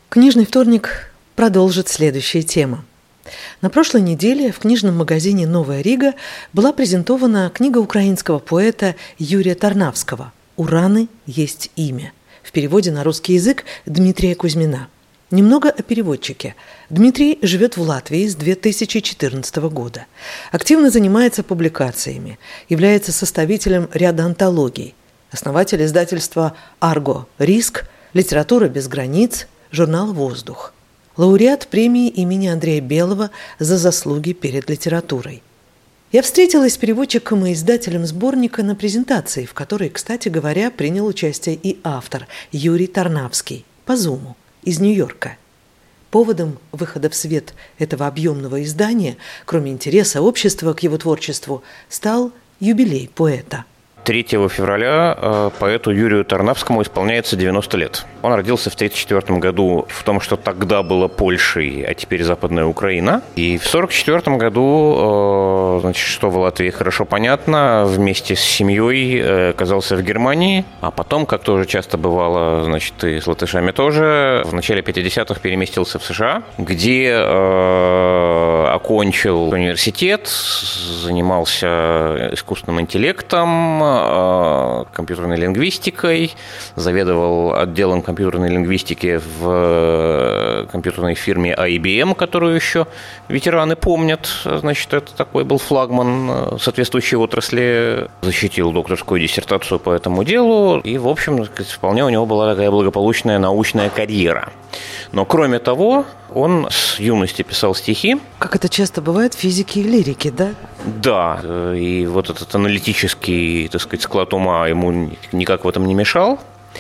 Книжный вторник продолжит следующая тема. На прошлой неделе в книжном магазине «Новая Рига» была презентована книга украинского поэта Юрия Тарнавского «У раны есть имя», в переводе на русский язык Дмитрия Кузьмина. Немного о переводчике. Дмитрий живет в Латвии с 2014 года. Активно занимается публикациями, является составителем ряда антологий. Основатель издательства «Арго Риск», «Литература без границ», журнал «Воздух». Лауреат премии имени Андрея Белого за заслуги перед литературой. Я встретилась с переводчиком и издателем сборника на презентации, в которой, кстати говоря, принял участие и автор Юрий Тарнавский по Зуму из Нью-Йорка. Поводом выхода в свет этого объемного издания, кроме интереса общества к его творчеству, стал юбилей поэта. 3 февраля поэту Юрию Тарнавскому исполняется 90 лет. Он родился в 1934 году в том, что тогда была Польшей, а теперь Западная Украина. И в 1944 году, что в Латвии хорошо понятно, вместе с семьей оказался в Германии. А потом, как тоже часто бывало, и с латышами тоже, в начале 50-х переместился в США, где окончил университет, занимался искусственным интеллектом, компьютерной лингвистикой, заведовал отделом компьютерной лингвистики в компьютерной фирме IBM, которую еще ветераны помнят. Это такой был флагман соответствующей отрасли. Защитил докторскую диссертацию по этому делу. И, в общем, вполне у него была такая благополучная научная карьера. Но, кроме того, он с юности писал стихи. Как это часто бывает в физике и лирике, да? Да, и вот этот аналитический, склад ума ему никак в этом не мешал.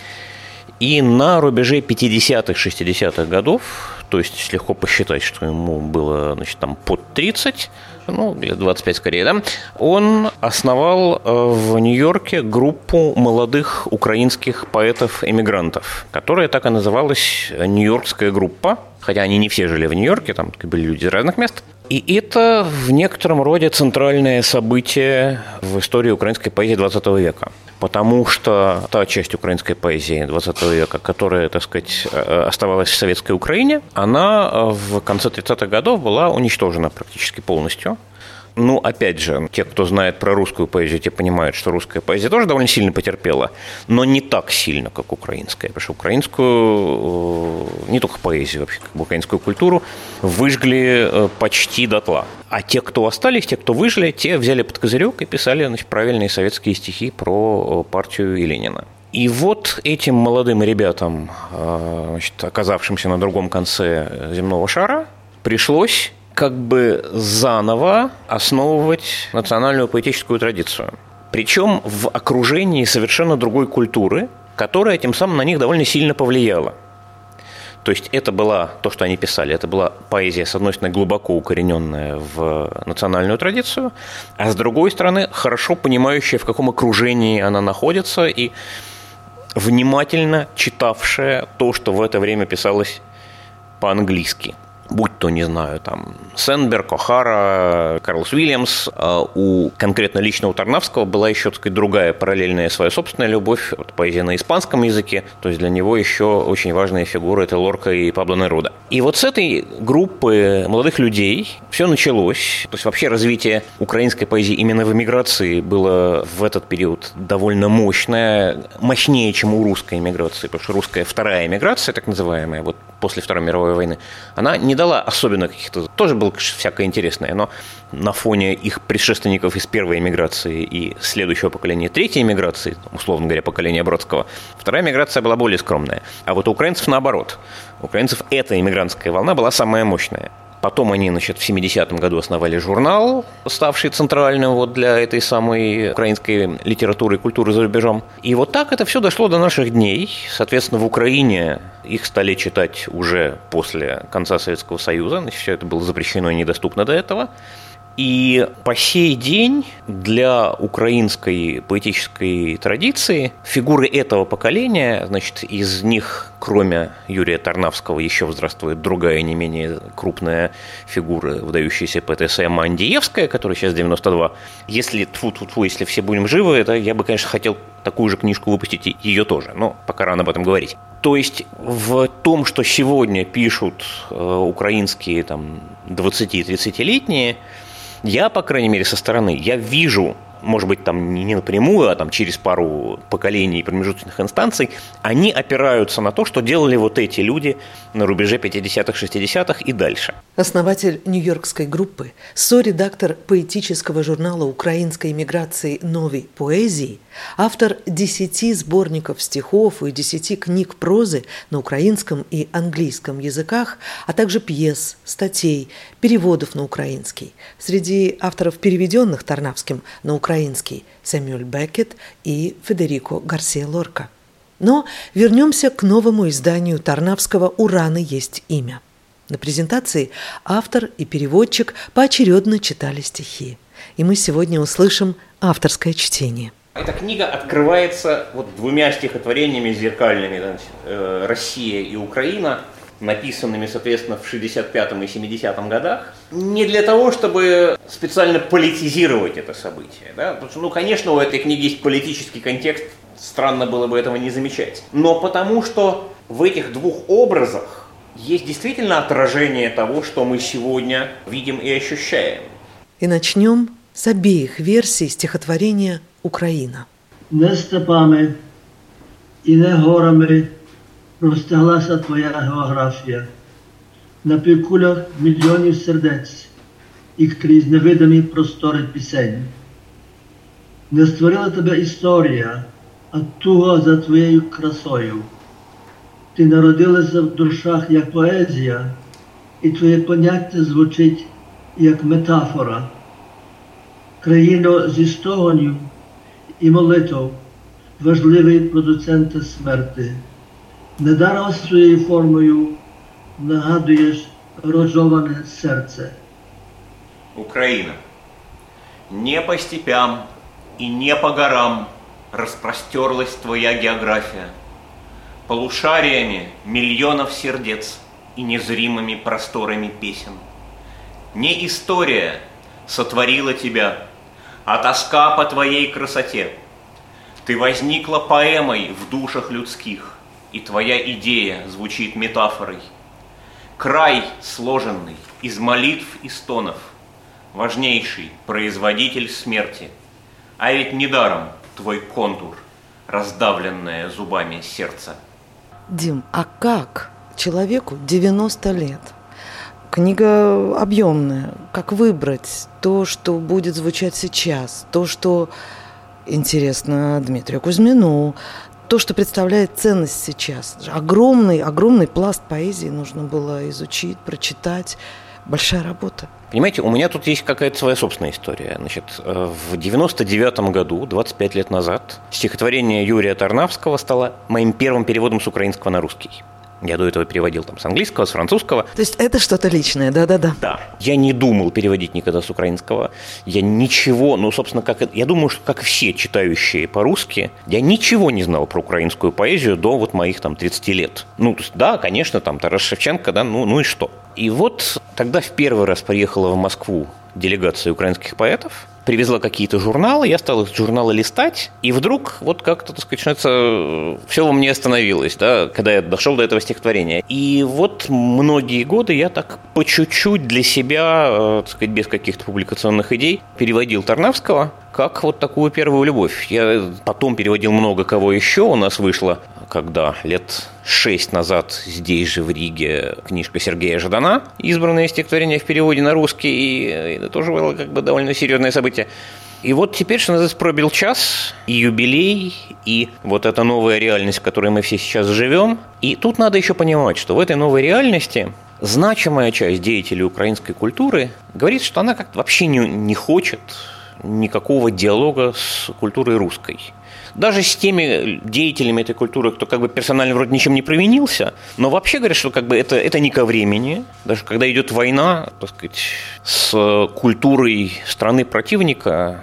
И на рубеже 50-х, 60-х годов, то есть легко посчитать, что ему было, под 30, лет 25 скорее, да, он основал в Нью-Йорке группу молодых украинских поэтов-эмигрантов, которая так и называлась «Нью-Йоркская группа», хотя они не все жили в Нью-Йорке, там были люди из разных мест. И это в некотором роде центральное событие в истории украинской поэзии XX века. Потому что та часть украинской поэзии XX века, которая, оставалась в советской Украине, она в конце 30-х годов была уничтожена практически полностью. Опять же, те, кто знает про русскую поэзию, те понимают, что русская поэзия тоже довольно сильно потерпела, но не так сильно, как украинская. Потому что украинскую, не только поэзию, вообще, украинскую культуру выжгли почти дотла. А те, кто остались, те, кто выжили, те взяли под козырек и писали, правильные советские стихи про партию и Ленина. И вот этим молодым ребятам, оказавшимся на другом конце земного шара, пришлось заново основывать национальную поэтическую традицию. Причем в окружении совершенно другой культуры, которая тем самым на них довольно сильно повлияла. То есть это была то, что они писали, это была поэзия, с одной стороны, глубоко укорененная в национальную традицию, а с другой стороны, хорошо понимающая, в каком окружении она находится, и внимательно читавшая то, что в это время писалось по-английски. Будь то, Сенберг, О'Хара, Карлс Уильямс. У конкретно лично у Тарнавского была еще, другая параллельная своя собственная любовь, поэзия на испанском языке. То есть для него еще очень важные фигуры – это Лорка и Пабло Неруда. И вот с этой группы молодых людей все началось. То есть вообще развитие украинской поэзии именно в эмиграции было в этот период довольно мощное, мощнее, чем у русской эмиграции. Потому что русская вторая эмиграция, так называемая, после Второй мировой войны, она не дала особенно каких-то... Тоже было всякое интересное, но на фоне их предшественников из первой эмиграции и следующего поколения третьей эмиграции, условно говоря, поколения Бродского, вторая эмиграция была более скромная. А вот у украинцев наоборот. У украинцев эта эмигрантская волна была самая мощная. Потом они, в 70-м году основали журнал, ставший центральным для этой самой украинской литературы и культуры за рубежом. И вот так это все дошло до наших дней. Соответственно, в Украине их стали читать уже после конца Советского Союза. Все это было запрещено и недоступно до этого. И по сей день для украинской поэтической традиции фигуры этого поколения, значит, из них, кроме Юрия Тарнавского, еще здравствует другая не менее крупная фигура, выдающаяся поэтесса Эмма Андиевская, которая сейчас 92. Если, если все будем живы, это я бы, конечно, хотел такую же книжку выпустить и ее тоже, но пока рано об этом говорить. То есть в том, что сегодня пишут украинские 20-30-летние, я, по крайней мере, со стороны, я вижу, может быть, не напрямую, а через пару поколений промежуточных инстанций, они опираются на то, что делали вот эти люди на рубеже 50-х, 60-х и дальше. Основатель нью-йоркской группы, соредактор поэтического журнала украинской эмиграции «Новой поэзии», автор 10 сборников стихов и 10 книг прозы на украинском и английском языках, а также пьес, статей, переводов на украинский. Среди авторов, переведенных Тарнавским на украинский, Сэмюэль Беккет и Федерико Гарсия Лорка. Но вернемся к новому изданию Тарнавского «У раны есть имя». На презентации автор и переводчик поочередно читали стихи. И мы сегодня услышим авторское чтение. Эта книга открывается двумя стихотворениями зеркальными, «Россия» и «Украина», написанными, соответственно, в 65-м и 70-м годах, не для того, чтобы специально политизировать это событие. Да? Потому что, конечно, у этой книги есть политический контекст, странно было бы этого не замечать. Но потому что в этих двух образах есть действительно отражение того, что мы сегодня видим и ощущаем. И начнем с обеих версий стихотворения «Украина». Не степами і не горами розтяглася твоя географія, на півкулях мільйонів сердець і крізь невидимі простори пісень. Не створила тебе історія, а туга за твоєю красою. Ти народилася в душах як поезія, і твоє поняття звучить як метафора. Країно зі стогонів і молитов, важливий продуценте смерти. Недаром своєю формою нагадуєш розжоване серце. Украина. Не по степям и не по горам распростерлась твоя география, полушариями миллионов сердец и незримыми просторами песен. Не история сотворила тебя, а тоска по твоей красоте. Ты возникла поэмой в душах людских, и твоя идея звучит метафорой. Край, сложенный из молитв и стонов, важнейший производитель смерти. А ведь недаром твой контур, раздавленное зубами сердце. Дим, а как человеку 90 лет? Книга объемная. Как выбрать то, что будет звучать сейчас, то, что интересно Дмитрию Кузьмину, то, что представляет ценность сейчас. Огромный пласт поэзии нужно было изучить, прочитать. Большая работа. Понимаете, у меня тут есть какая-то своя собственная история. Значит, в 99-м году, 25 лет назад, стихотворение Юрия Тарнавского стало моим первым переводом с украинского на русский. Я до этого переводил с английского, с французского. То есть это что-то личное, да-да-да. Да. Я не думал переводить никогда с украинского. Я ничего, собственно, я думаю, что как и все читающие по-русски, я ничего не знал про украинскую поэзию до моих 30 лет. То есть, да, конечно, Тарас Шевченко, да, ну и что. И вот тогда в первый раз приехала в Москву делегация украинских поэтов, привезла какие-то журналы, я стал эти журналы листать, и вдруг как-то, все во мне остановилось, да, когда я дошел до этого стихотворения. И многие годы я так по чуть-чуть для себя, без каких-то публикационных идей, переводил Тарнавского как такую первую любовь. Я потом переводил много кого еще, у нас вышло, когда лет 6 назад здесь же в Риге книжка Сергея Жадана, избранное стихотворение в переводе на русский, и это тоже было довольно серьезное событие. И теперь, что называется, пробил час, и юбилей, и эта новая реальность, в которой мы все сейчас живем. И тут надо еще понимать, что в этой новой реальности значимая часть деятелей украинской культуры говорит, что она как-то вообще не хочет никакого диалога с культурой русской. даже с теми деятелями этой культуры, кто как бы персонально вроде ничем не провинился, но вообще говорят, что как бы это не ко времени. Даже когда идет война, так сказать, с культурой страны противника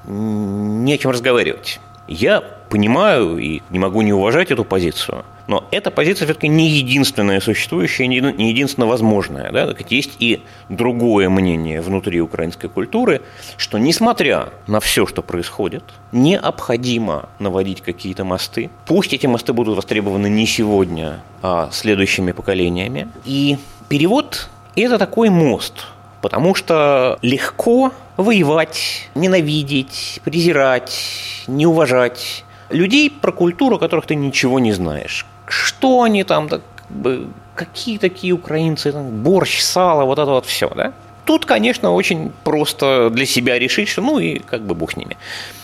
не о чем разговаривать. Я понимаю и не могу не уважать эту позицию, но эта позиция все-таки не единственная существующая, не единственно возможная. Да? Есть и другое мнение внутри украинской культуры, что несмотря на все, что происходит, необходимо наводить какие-то мосты. Пусть эти мосты будут востребованы не сегодня, а следующими поколениями. И перевод – это такой мост. Потому что легко воевать, ненавидеть, презирать, не уважать людей, про культуру которых ты ничего не знаешь. Что они там, какие такие украинцы, там, борщ, сало, вот это вот все, да? Тут, конечно, очень просто для себя решить, что ну и как бы бог с ними.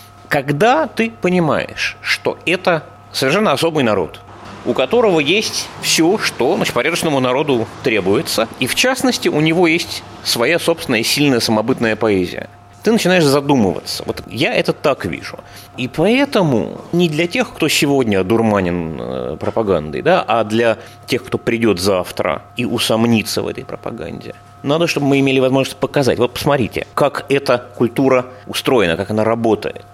Когда ты понимаешь, что это совершенно особый народ, у которого есть все, что порядочному народу требуется, и в частности у него есть своя собственная сильная самобытная поэзия. Ты начинаешь задумываться. Вот я это так вижу. И поэтому не для тех, кто сегодня одурманен пропагандой, да, а для тех, кто придет завтра и усомнится в этой пропаганде, надо, чтобы мы имели возможность показать. Вот посмотрите, как эта культура устроена, как она работает.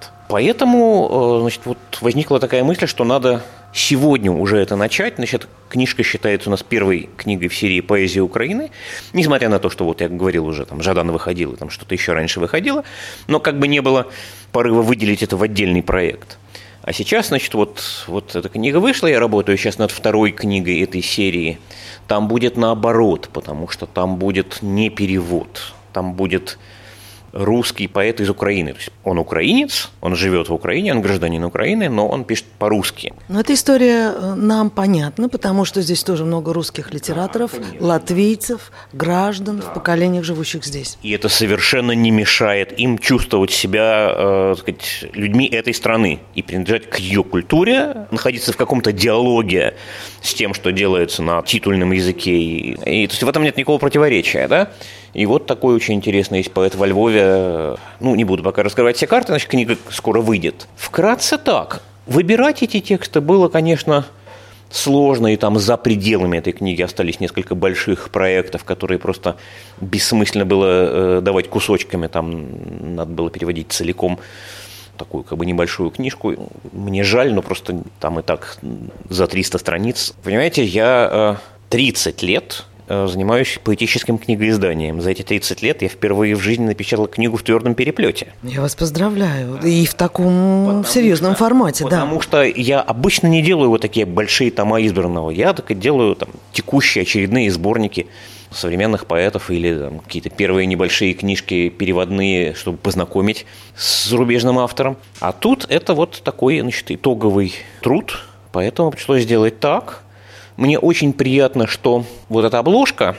Поэтому, вот возникла такая мысль, что надо сегодня уже это начать. Значит, книжка считается у нас первой книгой в серии «Поэзия Украины». Несмотря на то, что вот я говорил уже, там Жадан выходил, и там что-то еще раньше выходило, но как бы не было порыва выделить это в отдельный проект. А сейчас, значит, вот эта книга вышла, я работаю сейчас над второй книгой этой серии. Там будет наоборот, потому что там будет не перевод, там будет русский поэт из Украины. То есть он украинец, он живет в Украине, он гражданин Украины, но он пишет по-русски. Но эта история нам понятна, потому что здесь тоже много русских литераторов, латвийцев, граждан в поколениях, живущих здесь. И это совершенно не мешает им чувствовать себя, людьми этой страны и принадлежать к ее культуре, находиться в каком-то диалоге с тем, что делается на титульном языке. И то есть в этом нет никакого противоречия, да? И вот такой очень интересный есть поэт во Львове. Не буду пока раскрывать все карты, значит, книга скоро выйдет. Вкратце так. Выбирать эти тексты было, конечно, сложно, и там за пределами этой книги остались несколько больших проектов, которые просто бессмысленно было давать кусочками, там надо было переводить целиком такую небольшую книжку. Мне жаль, но просто там и так за 300 страниц. Понимаете, я 30 лет занимаюсь поэтическим книгоизданием. За эти 30 лет я впервые в жизни напечатал книгу в твердом переплете. Я вас поздравляю. И в таком серьезном формате, да. Потому что я обычно не делаю вот такие большие тома избранного. Я так и делаю текущие очередные сборники современных поэтов или какие-то первые небольшие книжки переводные, чтобы познакомить с зарубежным автором. А тут это вот такой, итоговый труд. Поэтому пришлось сделать так. Мне очень приятно, что вот эта обложка...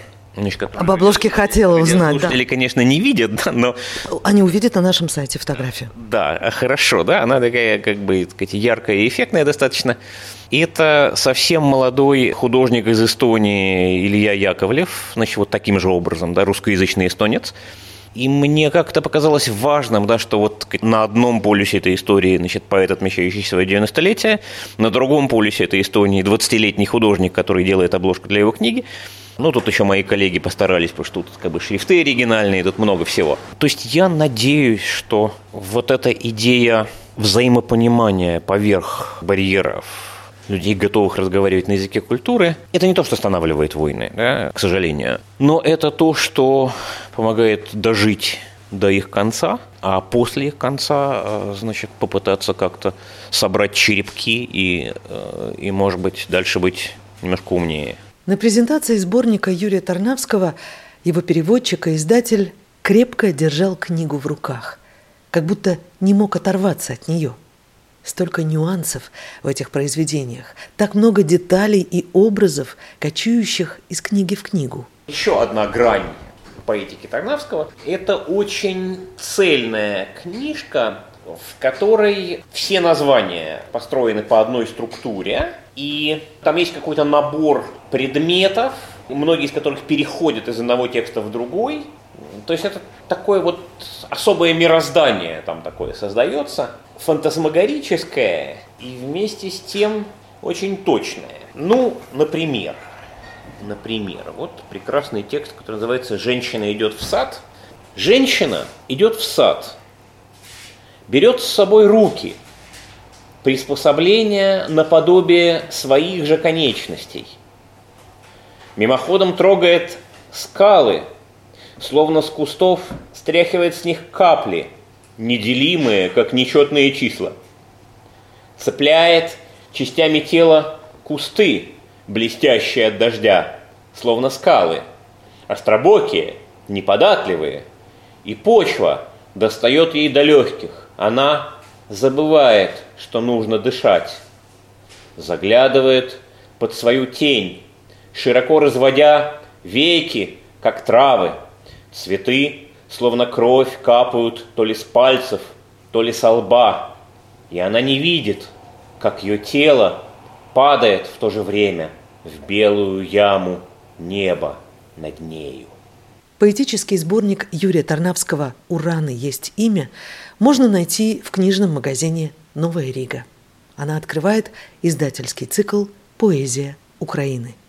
Об обложке хотела узнать, слушатели, конечно, не видят, да, но... Они увидят на нашем сайте фотографию. Да, хорошо, да, она такая, яркая и эффектная достаточно. И это совсем молодой художник из Эстонии Илья Яковлев, вот таким же образом, да, русскоязычный эстонец. И мне как-то показалось важным, да, что вот на одном полюсе этой истории, поэт, отмечающий свое 90-летие, на другом полюсе этой Эстонии 20-летний художник, который делает обложку для его книги. Тут еще мои коллеги постарались, потому что тут шрифты оригинальные, тут много всего. То есть я надеюсь, что вот эта идея взаимопонимания поверх барьеров, людей, готовых разговаривать на языке культуры, это не то, что останавливает войны, да, к сожалению. Но это то, что помогает дожить до их конца, а после их конца, попытаться как-то собрать черепки и, может быть, дальше быть немножко умнее. На презентации сборника Юрия Тарнавского его переводчик и издатель крепко держал книгу в руках, как будто не мог оторваться от нее. Столько нюансов в этих произведениях, так много деталей и образов, кочующих из книги в книгу. Еще одна грань поэтики Тарнавского – это очень цельная книжка, в которой все названия построены по одной структуре, и там есть какой-то набор предметов, многие из которых переходят из одного текста в другой, То есть это такое вот особое мироздание там такое создается, фантасмагорическое и вместе с тем очень точное. Ну, например, вот прекрасный текст, который называется «Женщина идет в сад». Женщина идет в сад, берет с собой руки, приспособления наподобие своих же конечностей. Мимоходом трогает скалы, словно с кустов стряхивает с них капли, неделимые, как нечетные числа. Цепляет частями тела кусты, блестящие от дождя, словно скалы, остробокие, неподатливые, и почва достает ей до легких. Она забывает, что нужно дышать, заглядывает под свою тень, широко разводя веки, как травы. Цветы, словно кровь, капают то ли с пальцев, то ли со лба, и она не видит, как ее тело падает в то же время в белую яму неба над нею. Поэтический сборник Юрия Тарнавского «Ураны есть имя» можно найти в книжном магазине «Новая Рига». Она открывает издательский цикл «Поэзия Украины».